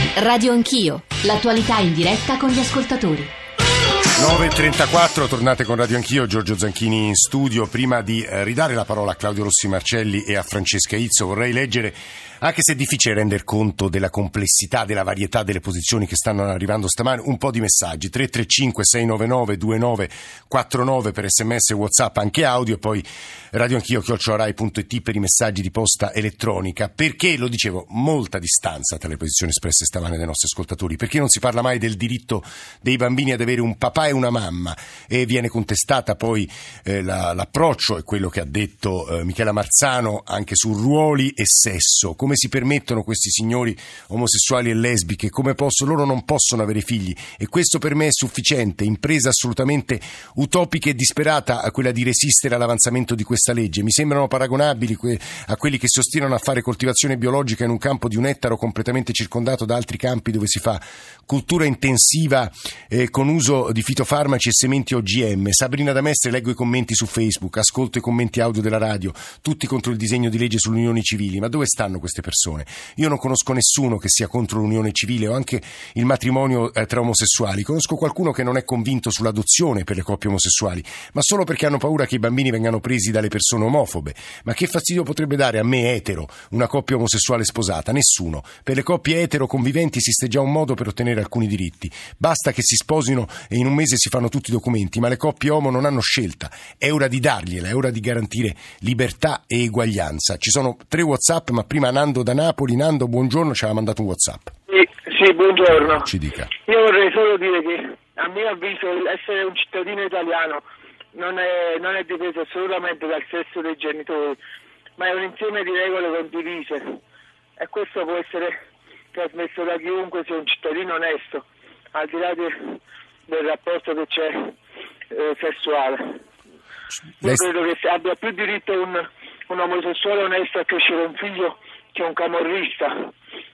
Radio Anch'io, l'attualità in diretta con gli ascoltatori. 9.34, tornate con Radio Anch'io, Giorgio Zanchini in studio. Prima di ridare la parola a Claudio Rossi Marcelli e a Francesca Izzo, vorrei leggere, anche se è difficile render conto della complessità, della varietà delle posizioni che stanno arrivando stamane, un po' di messaggi. 335-699-2949 per sms, WhatsApp, anche audio, e poi radioanchio@rai.it per i messaggi di posta elettronica. Perché, lo dicevo, molta distanza tra le posizioni espresse stamane dai nostri ascoltatori, perché non si parla mai del diritto dei bambini ad avere un papà e una mamma, e viene contestata poi l'approccio e quello che ha detto Michela Marzano anche su ruoli e sesso. Come si permettono questi signori omosessuali e lesbiche? Come loro non possono avere figli, e questo per me è sufficiente. Impresa assolutamente utopica e disperata a quella di resistere all'avanzamento di questa legge. Mi sembrano paragonabili a quelli che si ostinano a fare coltivazione biologica in un campo di un ettaro completamente circondato da altri campi dove si fa cultura intensiva con uso di fitofarmaci e sementi OGM. Sabrina da Mestre, leggo i commenti su Facebook, ascolto i commenti audio della radio, tutti contro il disegno di legge sulle unioni civili. Ma dove stanno queste persone? Io non conosco nessuno che sia contro l'unione civile o anche il matrimonio tra omosessuali. Conosco qualcuno che non è convinto sull'adozione per le coppie omosessuali, ma solo perché hanno paura che i bambini vengano presi dalle persone omofobe. Ma che fastidio potrebbe dare a me, etero, una coppia omosessuale sposata? Nessuno. Per le coppie etero conviventi esiste già un modo per ottenere alcuni diritti. Basta che si sposino e in un mese si fanno tutti i documenti, ma le coppie omo non hanno scelta. È ora di dargliela, è ora di garantire libertà e eguaglianza. Ci sono 3 WhatsApp, ma prima Nando da Napoli. Nando, buongiorno, ci aveva mandato un WhatsApp. Sì, buongiorno. Ci dica. Io vorrei solo dire che, a mio avviso, essere un cittadino italiano non è dipeso assolutamente dal sesso dei genitori, ma è un insieme di regole condivise, e questo può essere trasmesso da chiunque sia un cittadino onesto, al di là del rapporto che c'è sessuale. Io credo che abbia più diritto un omosessuale onesto a crescere un figlio che un camorrista.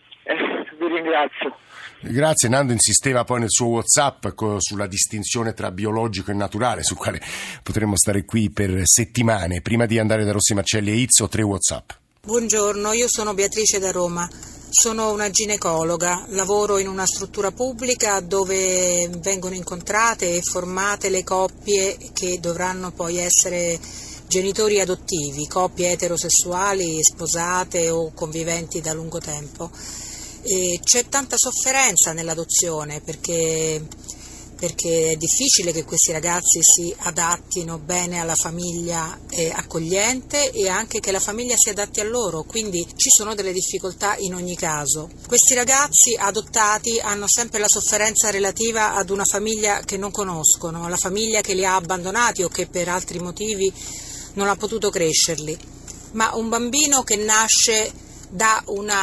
Vi ringrazio. Grazie. Nando insisteva poi nel suo WhatsApp sulla distinzione tra biologico e naturale, sul quale potremmo stare qui per settimane. Prima di andare da Rossi Marcelli e Izzo, 3 WhatsApp. Buongiorno, io sono Beatrice da Roma. Sono una ginecologa, lavoro in una struttura pubblica dove vengono incontrate e formate le coppie che dovranno poi essere genitori adottivi, coppie eterosessuali, sposate o conviventi da lungo tempo. E c'è tanta sofferenza nell'adozione perché è difficile che questi ragazzi si adattino bene alla famiglia accogliente e anche che la famiglia si adatti a loro, quindi ci sono delle difficoltà in ogni caso. Questi ragazzi adottati hanno sempre la sofferenza relativa ad una famiglia che non conoscono, la famiglia che li ha abbandonati o che per altri motivi non ha potuto crescerli, ma un bambino che nasce da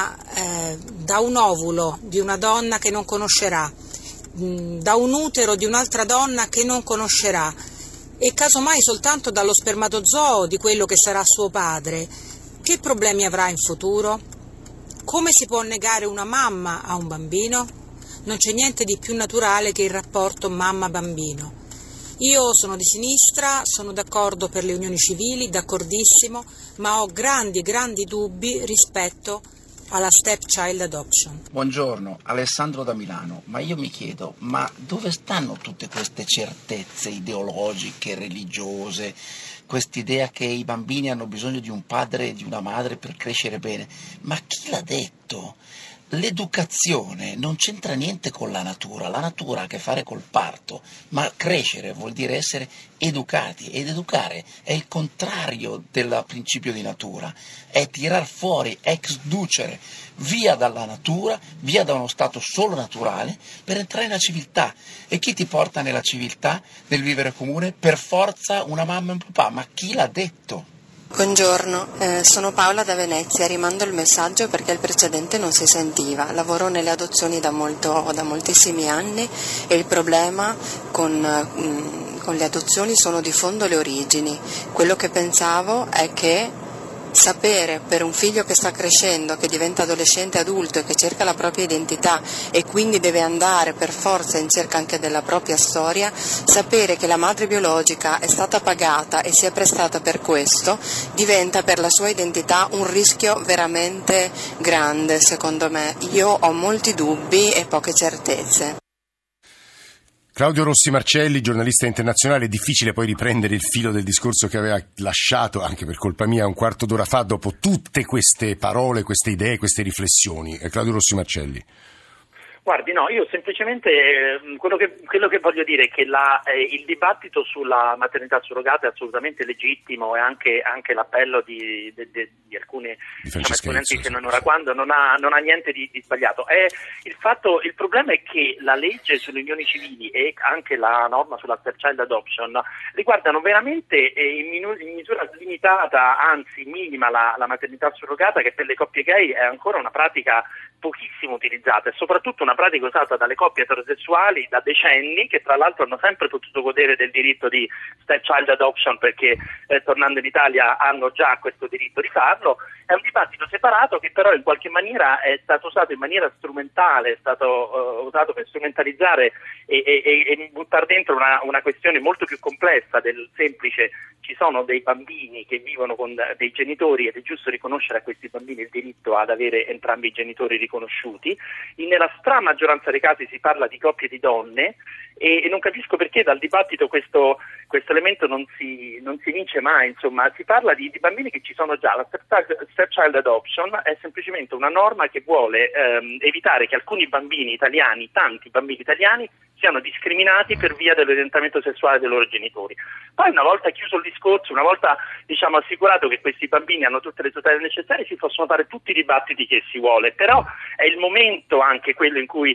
un ovulo di una donna che non conoscerà, da un utero di un'altra donna che non conoscerà e casomai soltanto dallo spermatozoo di quello che sarà suo padre, che problemi avrà in futuro? Come si può negare una mamma a un bambino? Non c'è niente di più naturale che il rapporto mamma-bambino. Io sono di sinistra, sono d'accordo per le unioni civili, d'accordissimo, ma ho grandi dubbi rispetto alla stepchild adoption. Buongiorno, Alessandro da Milano. Ma io mi chiedo, ma dove stanno tutte queste certezze ideologiche, religiose, quest'idea che i bambini hanno bisogno di un padre e di una madre per crescere bene? Ma chi l'ha detto? L'educazione non c'entra niente con la natura ha a che fare col parto, ma crescere vuol dire essere educati, ed educare è il contrario del principio di natura, è tirar fuori, exducere, via dalla natura, via da uno stato solo naturale per entrare nella civiltà. E chi ti porta nella civiltà del vivere comune? Per forza una mamma e un papà, ma chi l'ha detto? Buongiorno, sono Paola da Venezia, rimando il messaggio perché il precedente non si sentiva. Lavoro nelle adozioni da moltissimi anni e il problema con le adozioni sono di fondo le origini. Quello che pensavo è che sapere per un figlio che sta crescendo, che diventa adolescente, adulto e che cerca la propria identità e quindi deve andare per forza in cerca anche della propria storia, sapere che la madre biologica è stata pagata e si è prestata per questo, diventa per la sua identità un rischio veramente grande, secondo me. Io ho molti dubbi e poche certezze. Claudio Rossi Marcelli, giornalista internazionale. È difficile poi riprendere il filo del discorso che aveva lasciato, anche per colpa mia, un quarto d'ora fa, dopo tutte queste parole, queste idee, queste riflessioni. Claudio Rossi Marcelli. Guardi, no, io semplicemente quello che voglio dire è che il dibattito sulla maternità surrogata è assolutamente legittimo, e anche l'appello di alcuni esponenti che non ha niente di sbagliato. Il problema è che la legge sulle unioni civili e anche la norma sulla child adoption riguardano veramente in misura limitata, anzi minima, la maternità surrogata, che per le coppie gay è ancora una pratica pochissimo utilizzata e soprattutto una pratica usata dalle coppie eterosessuali da decenni, che tra l'altro hanno sempre potuto godere del diritto di stepchild adoption perché tornando in Italia hanno già questo diritto di farlo. È un dibattito separato che però in qualche maniera è stato usato in maniera strumentale, è stato usato per strumentalizzare e buttare dentro una questione molto più complessa del semplice: ci sono dei bambini che vivono con dei genitori ed è giusto riconoscere a questi bambini il diritto ad avere entrambi i genitori riconosciuti. Nella maggioranza dei casi si parla di coppie di donne e non capisco perché dal dibattito questo elemento non si vince mai. Insomma, si parla di bambini che ci sono già. La stepchild adoption è semplicemente una norma che vuole evitare che alcuni bambini italiani, tanti bambini italiani, siano discriminati per via dell'orientamento sessuale dei loro genitori. Poi, una volta chiuso il discorso, una volta assicurato che questi bambini hanno tutte le tutele necessarie, si possono fare tutti i dibattiti che si vuole, però è il momento anche quello in cui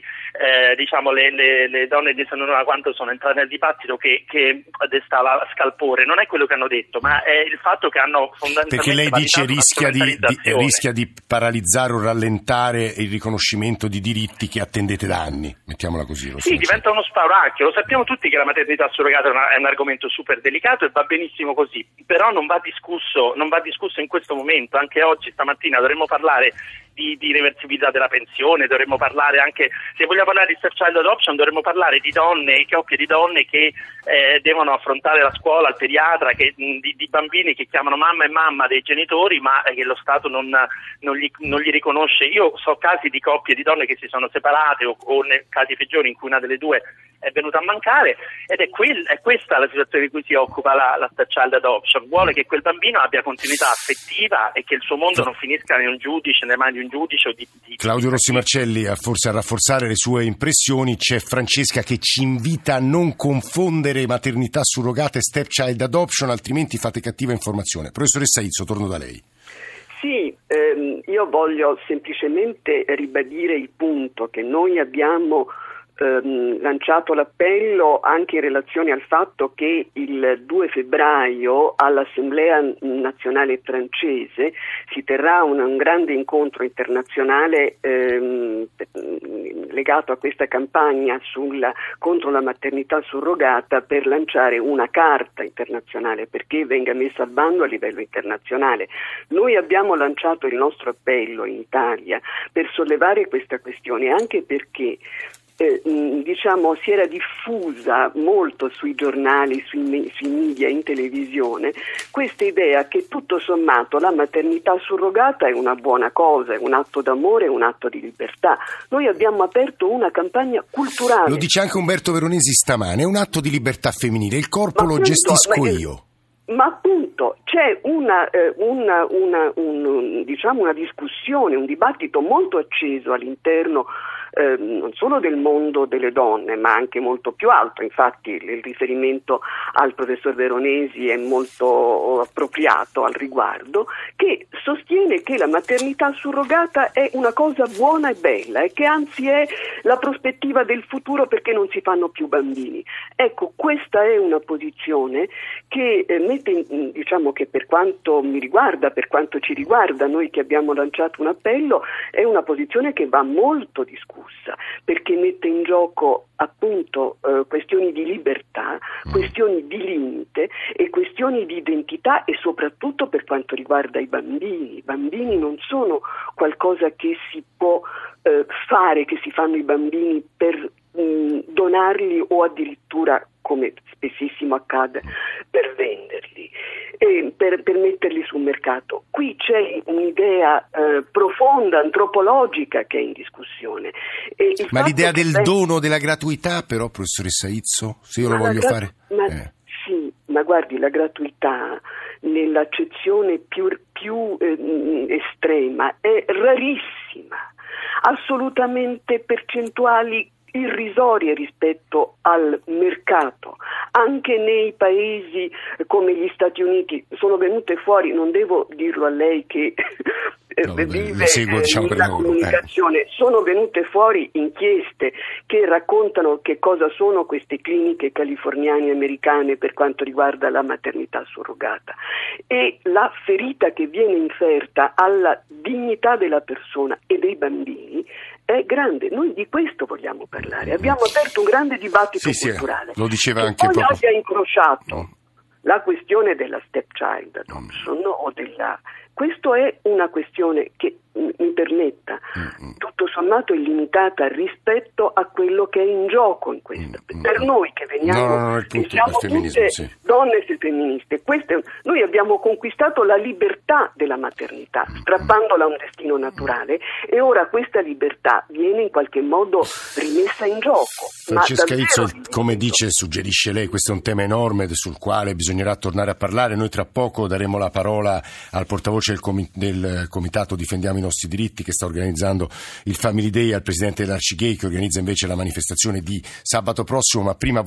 le donne di San Nuova quanto sono entrate nel dibattito che desta scalpore. Non è quello che hanno detto, ma è il fatto che hanno fondamentalmente, perché lei dice rischia di paralizzare o rallentare il riconoscimento di diritti che attendete da anni, mettiamola così. Sì, diventa uno spauracchio. Lo sappiamo tutti che la maternità surrogata è un argomento super delicato e va benissimo così, però non va discusso in questo momento. Anche oggi, stamattina, dovremmo parlare di reversibilità della pensione, dovremmo parlare anche, se vogliamo parlare di stepchild adoption, dovremmo parlare di donne, coppie di donne che devono affrontare la scuola, il pediatra, di bambini che chiamano mamma e mamma dei genitori, ma che lo Stato non gli riconosce. Io so casi di coppie di donne che si sono separate o nei casi peggiori in cui una delle due è venuta a mancare, ed è questa la situazione di cui si occupa la stepchild adoption. Vuole che quel bambino abbia continuità affettiva e che il suo mondo non finisca nelle mani di un giudice o di Claudio Rossi Marcelli, forse a rafforzare le sue impressioni c'è Francesca che ci invita a non confondere maternità surrogata e stepchild adoption, altrimenti fate cattiva informazione. Professoressa Izzo, torno da lei. Sì, io voglio semplicemente ribadire il punto che noi abbiamo lanciato l'appello anche in relazione al fatto che il 2 febbraio all'Assemblea nazionale francese si terrà un grande incontro internazionale legato a questa campagna contro la maternità surrogata, per lanciare una carta internazionale perché venga messa al bando a livello internazionale. Noi abbiamo lanciato il nostro appello in Italia per sollevare questa questione, anche perché si era diffusa molto sui giornali, sui media, in televisione, questa idea che tutto sommato la maternità surrogata è una buona cosa, è un atto d'amore, è un atto di libertà. Noi abbiamo aperto una campagna culturale. Lo dice anche Umberto Veronesi stamane, è un atto di libertà femminile, il corpo lo gestisco io. Ma appunto c'è una discussione, un dibattito molto acceso all'interno non solo del mondo delle donne, ma anche molto più alto. Infatti il riferimento al professor Veronesi è molto appropriato al riguardo, che sostiene che la maternità surrogata è una cosa buona e bella e che anzi è la prospettiva del futuro perché non si fanno più bambini. Ecco, questa è una posizione che che per quanto mi riguarda, per quanto ci riguarda, noi che abbiamo lanciato un appello, è una posizione che va molto discussa. discussa, perché mette in gioco appunto questioni di libertà, questioni di limite e questioni di identità, e soprattutto per quanto riguarda i bambini. I bambini non sono qualcosa che si può fare, che si fanno i bambini per donarli o addirittura, come spessissimo accade, per venderli e per metterli sul mercato. Qui c'è un'idea profonda, antropologica, che è in discussione. Ma l'idea del dono, della gratuità, però, professoressa Izzo, se io lo voglio fare... Sì, ma guardi, la gratuità nell'accezione più estrema è rarissima, assolutamente percentuali irrisorie rispetto al mercato. Anche nei paesi come gli Stati Uniti sono venute fuori, non devo dirlo a lei che vive seguo, diciamo, nella comunicazione, sono venute fuori inchieste che raccontano che cosa sono queste cliniche californiane americane per quanto riguarda la maternità surrogata, e la ferita che viene inferta alla dignità della persona e dei bambini è grande. Noi di questo vogliamo parlare. Abbiamo aperto un grande dibattito culturale. Lo diceva che anche poi proprio. abbia incrociato la questione della stepchild adoption o della... Questo è una questione che, mi permetta, tutto sommato è limitata rispetto a quello che è in gioco in questo. Per noi che veniamo, che siamo tutte donne femministe, noi abbiamo conquistato la libertà della maternità, strappandola a un destino naturale, e ora questa libertà viene in qualche modo rimessa in gioco. Francesca Izzo, come suggerisce lei, questo è un tema enorme sul quale bisognerà tornare a parlare. Noi tra poco daremo la parola al portavoce del comitato Difendiamo i nostri diritti, che sta organizzando il Family Day, al presidente dell'Arcigay, che organizza invece la manifestazione di sabato prossimo. Ma prima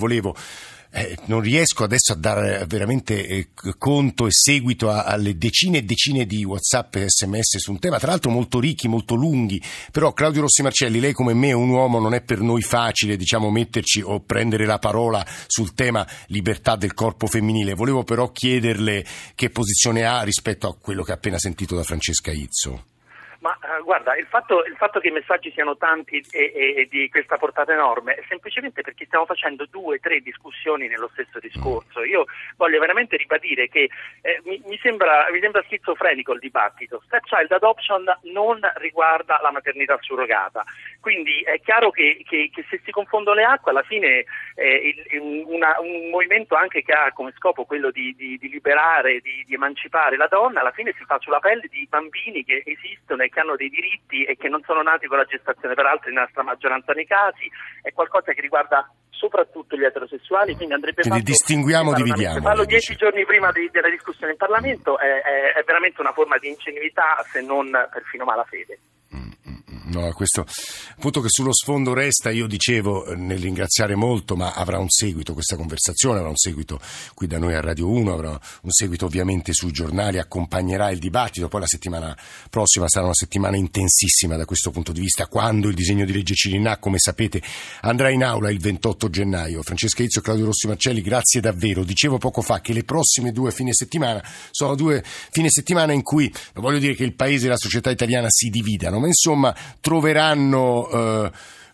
non riesco adesso a dare veramente conto e seguito alle decine e decine di WhatsApp e SMS su un tema, tra l'altro molto ricchi, molto lunghi. Però Claudio Rossi Marcelli, lei come me è un uomo, non è per noi facile, metterci o prendere la parola sul tema libertà del corpo femminile. Volevo però chiederle che posizione ha rispetto a quello che ha appena sentito da Francesca Izzo. Ma guarda, il fatto che i messaggi siano tanti e di questa portata enorme è semplicemente perché stiamo facendo 2 o 3 discussioni nello stesso discorso. Io voglio veramente ribadire che mi sembra schizofrenico il dibattito. Stepchild adoption non riguarda la maternità surrogata, quindi è chiaro che se si confondono le acque, alla fine un movimento anche che ha come scopo quello di liberare, di emancipare la donna, alla fine si fa sulla pelle di bambini che esistono e che hanno dei diritti e che non sono nati con la gestazione, peraltro nella stragrande maggioranza dei casi è qualcosa che riguarda soprattutto gli eterosessuali, quindi andrebbe fatto... Distinguiamo, dividiamo. Farlo 10 giorni prima della discussione in Parlamento è veramente una forma di ingenuità, se non perfino malafede. No, questo appunto, che sullo sfondo resta, io dicevo nel ringraziare molto, ma avrà un seguito questa conversazione, avrà un seguito qui da noi a Radio 1, avrà un seguito ovviamente sui giornali, accompagnerà il dibattito. Poi la settimana prossima sarà una settimana intensissima da questo punto di vista, quando il disegno di legge Cirinnà, come sapete, andrà in aula il 28 gennaio. Francesca Izzo e Claudio Rossi Marcelli, grazie davvero. Dicevo poco fa che le prossime 2 fine settimana sono 2 fine settimana in cui, non voglio dire che il paese e la società italiana si dividano, ma insomma troveranno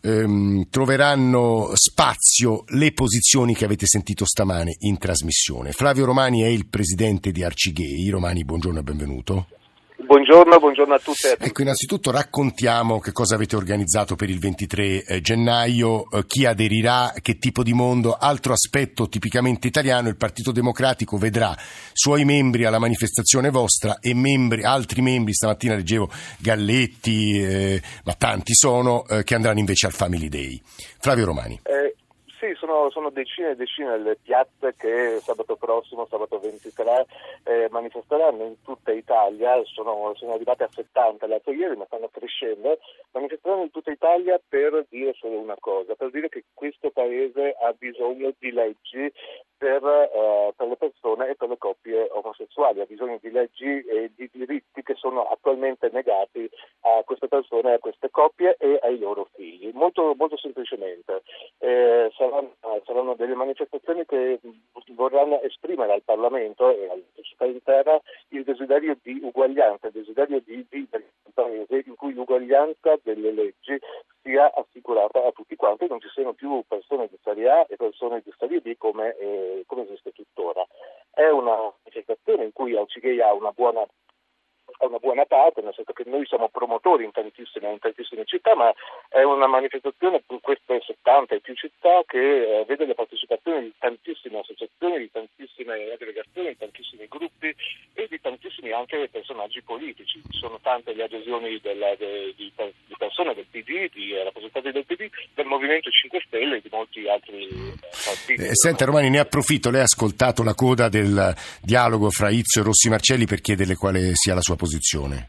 spazio le posizioni che avete sentito stamane in trasmissione. Flavio Romani è il presidente di Arcigay. Romani, buongiorno e benvenuto. Buongiorno a tutte e a tutti. Ecco, innanzitutto raccontiamo che cosa avete organizzato per il 23 gennaio, chi aderirà, che tipo di mondo. Altro aspetto tipicamente italiano: il Partito Democratico vedrà suoi membri alla manifestazione vostra e altri membri, stamattina leggevo Galletti, ma tanti sono, che andranno invece al Family Day. Flavio Romani. Sì, sono decine e decine le piazze che sabato prossimo, sabato 23, manifesteranno in tutta Italia. Sono arrivate a 70 l'altro ieri, ma stanno crescendo. Manifesteranno in tutta Italia per dire solo una cosa, per dire che questo paese ha bisogno di leggi per le persone e per le coppie omosessuali, ha bisogno di leggi e di diritti che sono attualmente negati a queste persone, a queste coppie e ai loro figli. Molto, molto semplicemente. Saranno delle manifestazioni che vorranno esprimere al Parlamento e alla società intera il desiderio di uguaglianza, il desiderio di vivere in un paese in cui l'uguaglianza delle leggi sia assicurata a tutti quanti e non ci siano più persone di serie A e persone di serie B come esiste tuttora. È una manifestazione in cui Alcigay ha una buona parte, nel senso che noi siamo promotori in tantissime città, ma è una manifestazione per queste 70 e più città che vede la partecipazione di tantissime associazioni, di tantissime aggregazioni, di tantissimi gruppi e di tantissimi anche personaggi politici. Ci sono tante le adesioni di persone del PD, di rappresentanti del PD, del Movimento 5 Stelle e di molti altri partiti. Senta Romani, ne approfitto, lei ha ascoltato la coda del dialogo fra Izzo e Rossi Marcelli per chiederle quale sia la sua posizione.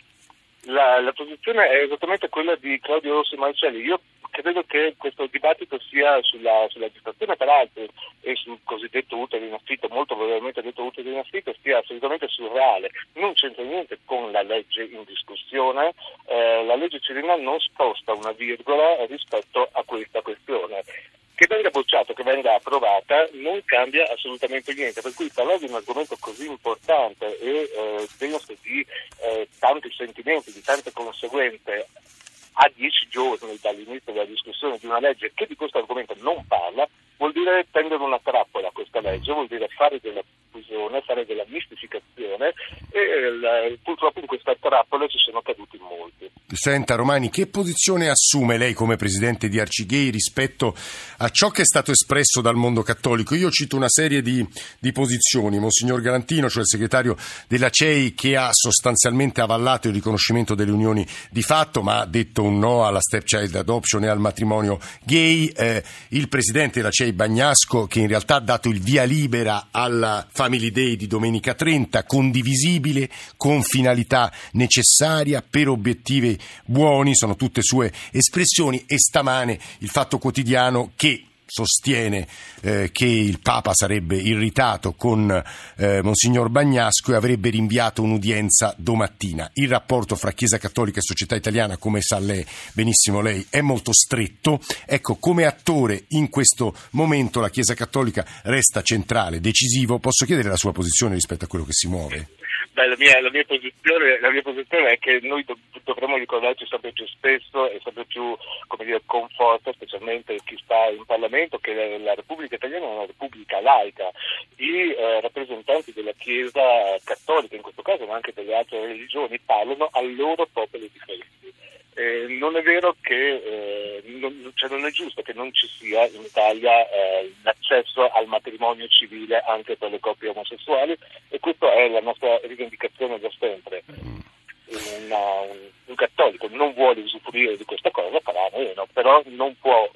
La posizione è esattamente quella di Claudio Rossi Marcelli. Io credo che questo dibattito sia sulla distrazione per altri e sul cosiddetto utero in affitto, molto probabilmente detto utero in affitto, sia assolutamente surreale. Non c'entra niente con la legge in discussione, la legge Cirinnà non sposta una virgola rispetto a questa questione. Che venga bocciato, che venga approvata, non cambia assolutamente niente, per cui parlare di un argomento così importante e denso di tanti sentimenti, di tante conseguenze, a 10 giorni dall'inizio della discussione di una legge che di questo argomento non parla, vuol dire tendere una trappola a questa legge, vuol dire fare della confusione, fare della mistificazione e purtroppo in questa trappola ci sono caduti molti. Senta Romani, che posizione assume lei come presidente di Arcigay rispetto a ciò che è stato espresso dal mondo cattolico? Io cito una serie di posizioni. Monsignor Galantino, cioè il segretario della CEI, che ha sostanzialmente avallato il riconoscimento delle unioni di fatto, ma ha detto un no alla stepchild adoption e al matrimonio gay. Il presidente della CEI Bagnasco, che in realtà ha dato il via libera alla Family Day di domenica 30, condivisibile, con finalità necessaria, per obiettivi buoni, sono tutte sue espressioni. E stamane il Fatto Quotidiano, che sostiene che il Papa sarebbe irritato con Monsignor Bagnasco e avrebbe rinviato un'udienza domattina. Il rapporto fra Chiesa Cattolica e società italiana, come sa benissimo lei, è molto stretto. Ecco, come attore in questo momento la Chiesa Cattolica resta centrale, decisivo. Posso chiedere la sua posizione rispetto a quello che si muove? Beh, la mia posizione è che noi dovremmo ricordarci sempre più spesso e sempre più, come dire, con forza, specialmente chi sta in Parlamento, che la Repubblica Italiana è una Repubblica laica. I rappresentanti della Chiesa Cattolica, in questo caso, ma anche delle altre religioni, parlano al loro popolo di fede. Non è vero che non è giusto che non ci sia in Italia l'accesso al matrimonio civile anche per le coppie omosessuali, e questa è la nostra rivendicazione da sempre. Un cattolico non vuole usufruire di questa cosa, farà meno, però non può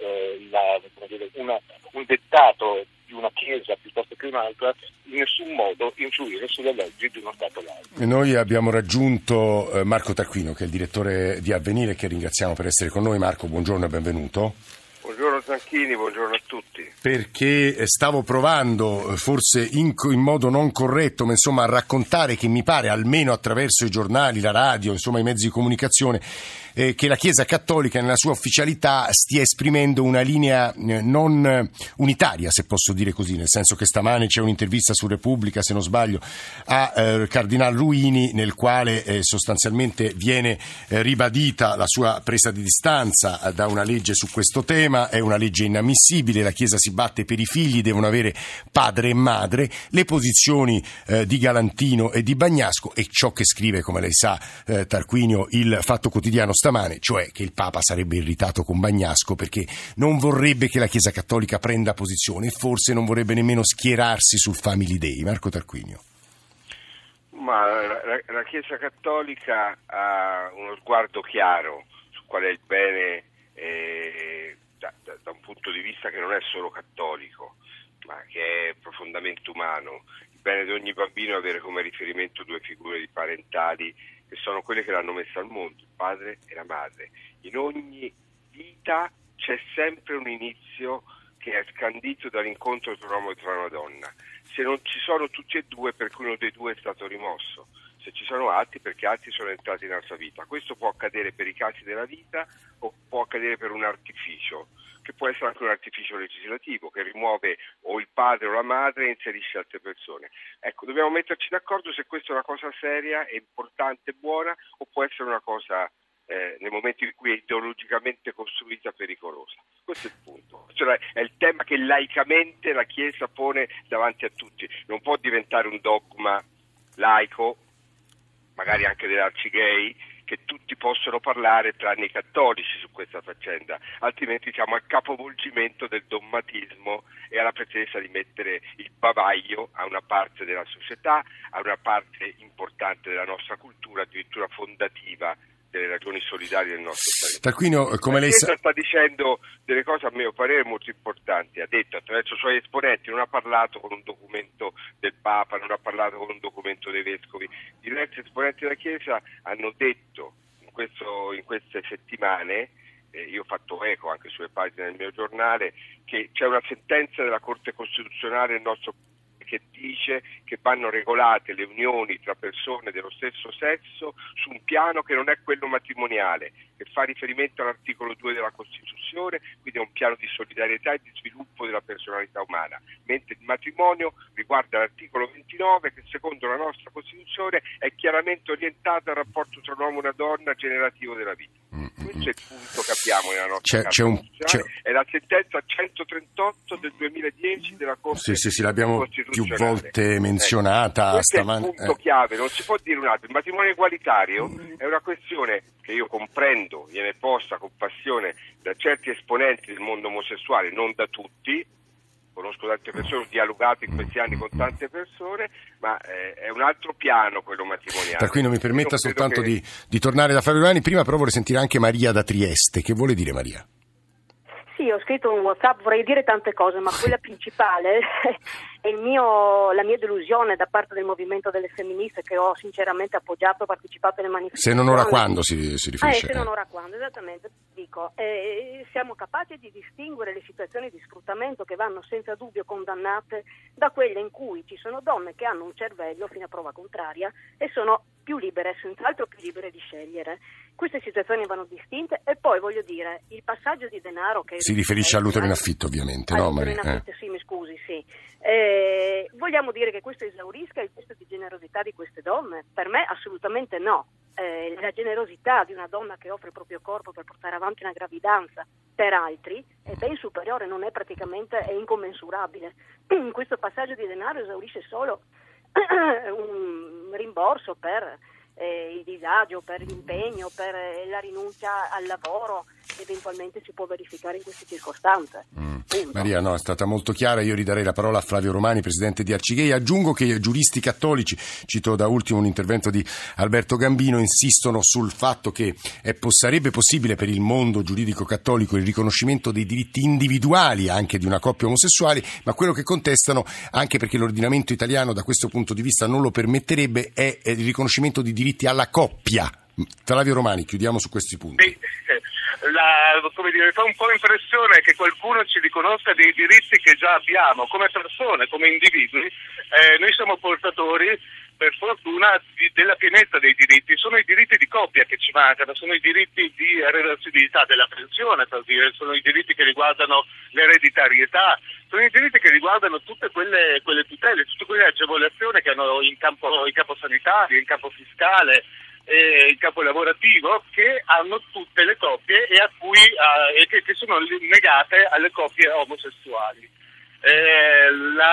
un dettato di una chiesa piuttosto che un'altra in nessun modo influire sulle leggi di uno Stato laico. Noi abbiamo raggiunto Marco Tarquino, che è il direttore di Avvenire, che ringraziamo per essere con noi. Marco, buongiorno e benvenuto. Buongiorno Zanchini, buongiorno a tutti. Perché stavo provando, forse in modo non corretto, ma insomma a raccontare che mi pare, almeno attraverso i giornali, la radio, insomma i mezzi di comunicazione, che la Chiesa Cattolica nella sua ufficialità stia esprimendo una linea non unitaria, se posso dire così, nel senso che stamane c'è un'intervista su Repubblica, se non sbaglio, a Cardinal Ruini, nel quale sostanzialmente viene ribadita la sua presa di distanza da una legge su questo tema. È una legge inammissibile, la Chiesa si batte per i figli, devono avere padre e madre. Le posizioni di Galantino e di Bagnasco e ciò che scrive, come lei sa, Tarquinio, il Fatto Quotidiano stamane, cioè che il Papa sarebbe irritato con Bagnasco perché non vorrebbe che la Chiesa Cattolica prenda posizione e forse non vorrebbe nemmeno schierarsi sul Family Day. Marco Tarquinio. Ma la Chiesa Cattolica ha uno sguardo chiaro su qual è il bene da un punto di vista che non è solo cattolico, ma che è profondamente umano. Il bene di ogni bambino è avere come riferimento due figure parentali che sono quelle che l'hanno messa al mondo, il padre e la madre. In ogni vita c'è sempre un inizio che è scandito dall'incontro tra un uomo e tra una donna. Se non ci sono tutti e due, perché uno dei due è stato rimosso. Se ci sono altri, perché altri sono entrati nella sua vita. Questo può accadere per i casi della vita o può accadere per un artificio, che può essere anche un artificio legislativo che rimuove o il padre o la madre e inserisce altre persone. Ecco, dobbiamo metterci d'accordo se questa è una cosa seria, è importante, buona, o può essere una cosa nel momento in cui è ideologicamente costruita, pericolosa. Questo è il punto. Cioè, è il tema che laicamente la Chiesa pone davanti a tutti. Non può diventare un dogma laico, magari anche dell'arcigay, che tutti possono parlare tranne i cattolici su questa faccenda, altrimenti siamo al capovolgimento del dogmatismo e alla pretesa di mettere il bavaglio a una parte della società, a una parte importante della nostra cultura, addirittura fondativa delle ragioni solidali del nostro paese. Tarquinio, come lei sa, sta dicendo delle cose a mio parere molto importanti, ha detto attraverso i suoi esponenti, non ha parlato con un documento del Papa, non ha parlato con un documento dei vescovi. Diversi esponenti della Chiesa hanno detto in queste settimane, io ho fatto eco anche sulle pagine del mio giornale, che c'è una sentenza della Corte Costituzionale del nostro paese che dice che vanno regolate le unioni tra persone dello stesso sesso su un piano che non è quello matrimoniale, che fa riferimento all'articolo 2 della Costituzione, quindi è un piano di solidarietà e di sviluppo della personalità umana, mentre il matrimonio riguarda l'articolo 29 che secondo la nostra Costituzione è chiaramente orientato al rapporto tra un uomo e una donna generativo della vita. Questo è il punto che abbiamo nella nostra Carta Costituzionale, è la sentenza 138 del 2010 della Corte sì, l'abbiamo più volte menzionata. Questo è il punto chiave, non si può dire un altro. Il matrimonio egualitario è una questione che io comprendo, viene posta con passione da certi esponenti del mondo omosessuale, non da tutti. Conosco tante persone, ho dialogato in questi anni con tante persone, ma è un altro piano quello matrimoniale. Tarquinio, mi permetta soltanto di tornare da Flavio Romani, prima però vorrei sentire anche Maria da Trieste. Che vuole dire Maria? Sì, ho scritto un WhatsApp, vorrei dire tante cose, ma quella principale è la mia delusione da parte del movimento delle femministe che ho sinceramente appoggiato, partecipato alle manifestazioni. Se non ora quando si riferisce? Se non ora quando, esattamente, dico. Siamo capaci di distinguere le situazioni di sfruttamento che vanno senza dubbio condannate da quelle in cui ci sono donne che hanno un cervello fino a prova contraria e sono più libere, senz'altro più libere di scegliere. Queste situazioni vanno distinte e poi voglio dire, il passaggio di denaro che... Si riferisce all'utero in affitto ovviamente, no? All'utero in affitto, sì, mi scusi, sì. Vogliamo dire che questo esaurisca il gesto di generosità di queste donne? Per me assolutamente no. La generosità di una donna che offre il proprio corpo per portare avanti una gravidanza per altri è ben superiore, non è praticamente, è incommensurabile. Questo passaggio di denaro esaurisce solo un rimborso per il disagio, per l'impegno, per la rinuncia al lavoro eventualmente si può verificare in queste circostanze. Maria, no, è stata molto chiara. Io ridarei la parola a Flavio Romani, presidente di Arcigay. Aggiungo che i giuristi cattolici, cito da ultimo un intervento di Alberto Gambino, insistono sul fatto che sarebbe possibile per il mondo giuridico cattolico il riconoscimento dei diritti individuali anche di una coppia omosessuale, ma quello che contestano, anche perché l'ordinamento italiano da questo punto di vista non lo permetterebbe, è il riconoscimento di diritti alla coppia. Flavio Romani, chiudiamo su questi punti. Sì. Fa un po' impressione che qualcuno ci riconosca dei diritti che già abbiamo come persone, come individui. Noi siamo portatori, per fortuna, della pienezza dei diritti. Sono i diritti di coppia che ci mancano, sono i diritti di reversibilità della pensione, per dire, sono i diritti che riguardano l'ereditarietà, sono i diritti che riguardano tutte quelle tutele, tutte quelle agevolazioni che hanno in campo sanitario, in campo fiscale, in campo lavorativo, che hanno tutte le coppie e a cui che sono negate alle coppie omosessuali. È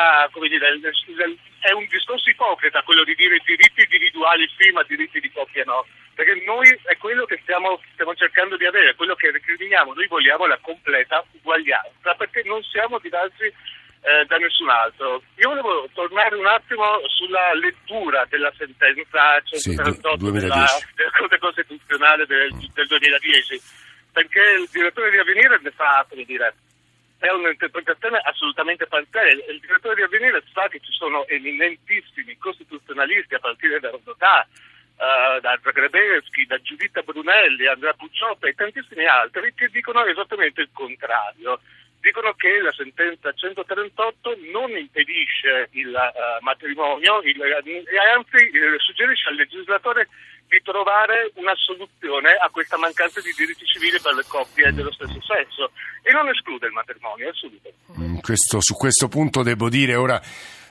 un discorso ipocrita quello di dire diritti individuali sì ma diritti di coppia no, perché noi è quello che stiamo cercando di avere, quello che recriminiamo. Noi vogliamo la completa uguaglianza perché non siamo diversi da nessun altro. Io volevo tornare un attimo sulla lettura della sentenza 138 della Corte Costituzionale del 2010, perché il direttore di Avvenire ne fa, è un'interpretazione assolutamente parziale. Il direttore di Avvenire sa che ci sono eminentissimi costituzionalisti a partire da Rodotà, da Zagrebelsky, da Giuditta Brunelli, Andrea Pucciotta e tantissimi altri che dicono esattamente il contrario. Dicono che la sentenza 138 non impedisce il matrimonio e anzi suggerisce al legislatore di trovare una soluzione a questa mancanza di diritti civili per le coppie dello stesso sesso e non esclude il matrimonio, assolutamente. Su questo punto devo dire ora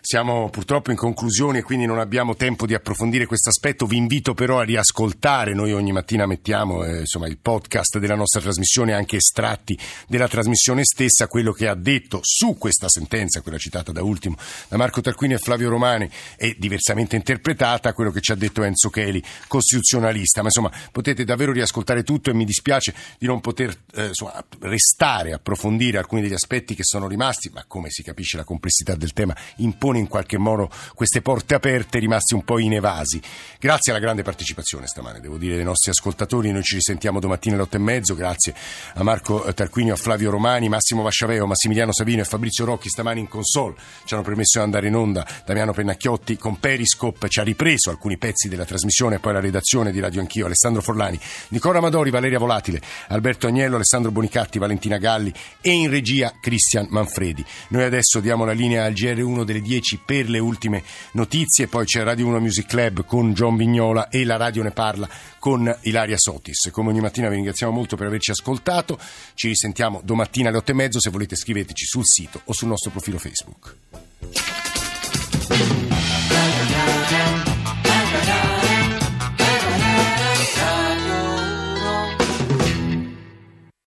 Siamo purtroppo in conclusione e quindi non abbiamo tempo di approfondire questo aspetto. Vi invito però a riascoltare, noi ogni mattina mettiamo il podcast della nostra trasmissione, anche estratti della trasmissione stessa, quello che ha detto su questa sentenza, quella citata da ultimo da Marco Tarquinio e Flavio Romani, e diversamente interpretata quello che ci ha detto Enzo Cheli, costituzionalista. Ma insomma potete davvero riascoltare tutto, e mi dispiace di non poter restare, approfondire alcuni degli aspetti che sono rimasti, ma come si capisce la complessità del tema impone in qualche modo queste porte aperte rimasti un po' inevasi. Grazie alla grande partecipazione stamane, devo dire, dei nostri ascoltatori. Noi ci risentiamo domattina alle 8:30. Grazie a Marco Tarquinio, a Flavio Romani, Massimo Vasciaveo, Massimiliano Savino e Fabrizio Rocchi stamani in console ci hanno permesso di andare in onda. Damiano Pennacchiotti con Periscope ci ha ripreso alcuni pezzi della trasmissione, poi la redazione di Radio Anch'io, Alessandro Forlani, Nicola Amadori, Valeria Volatile, Alberto Agnello, Alessandro Bonicatti, Valentina Galli e in regia Cristian Manfredi. Noi adesso diamo la linea al GR1 delle 10 per le ultime notizie, poi c'è Radio 1 Music Club con John Vignola e la Radio ne parla con Ilaria Sotis. Come ogni mattina vi ringraziamo molto per averci ascoltato, ci risentiamo domattina alle 8:30, se volete scriveteci sul sito o sul nostro profilo Facebook.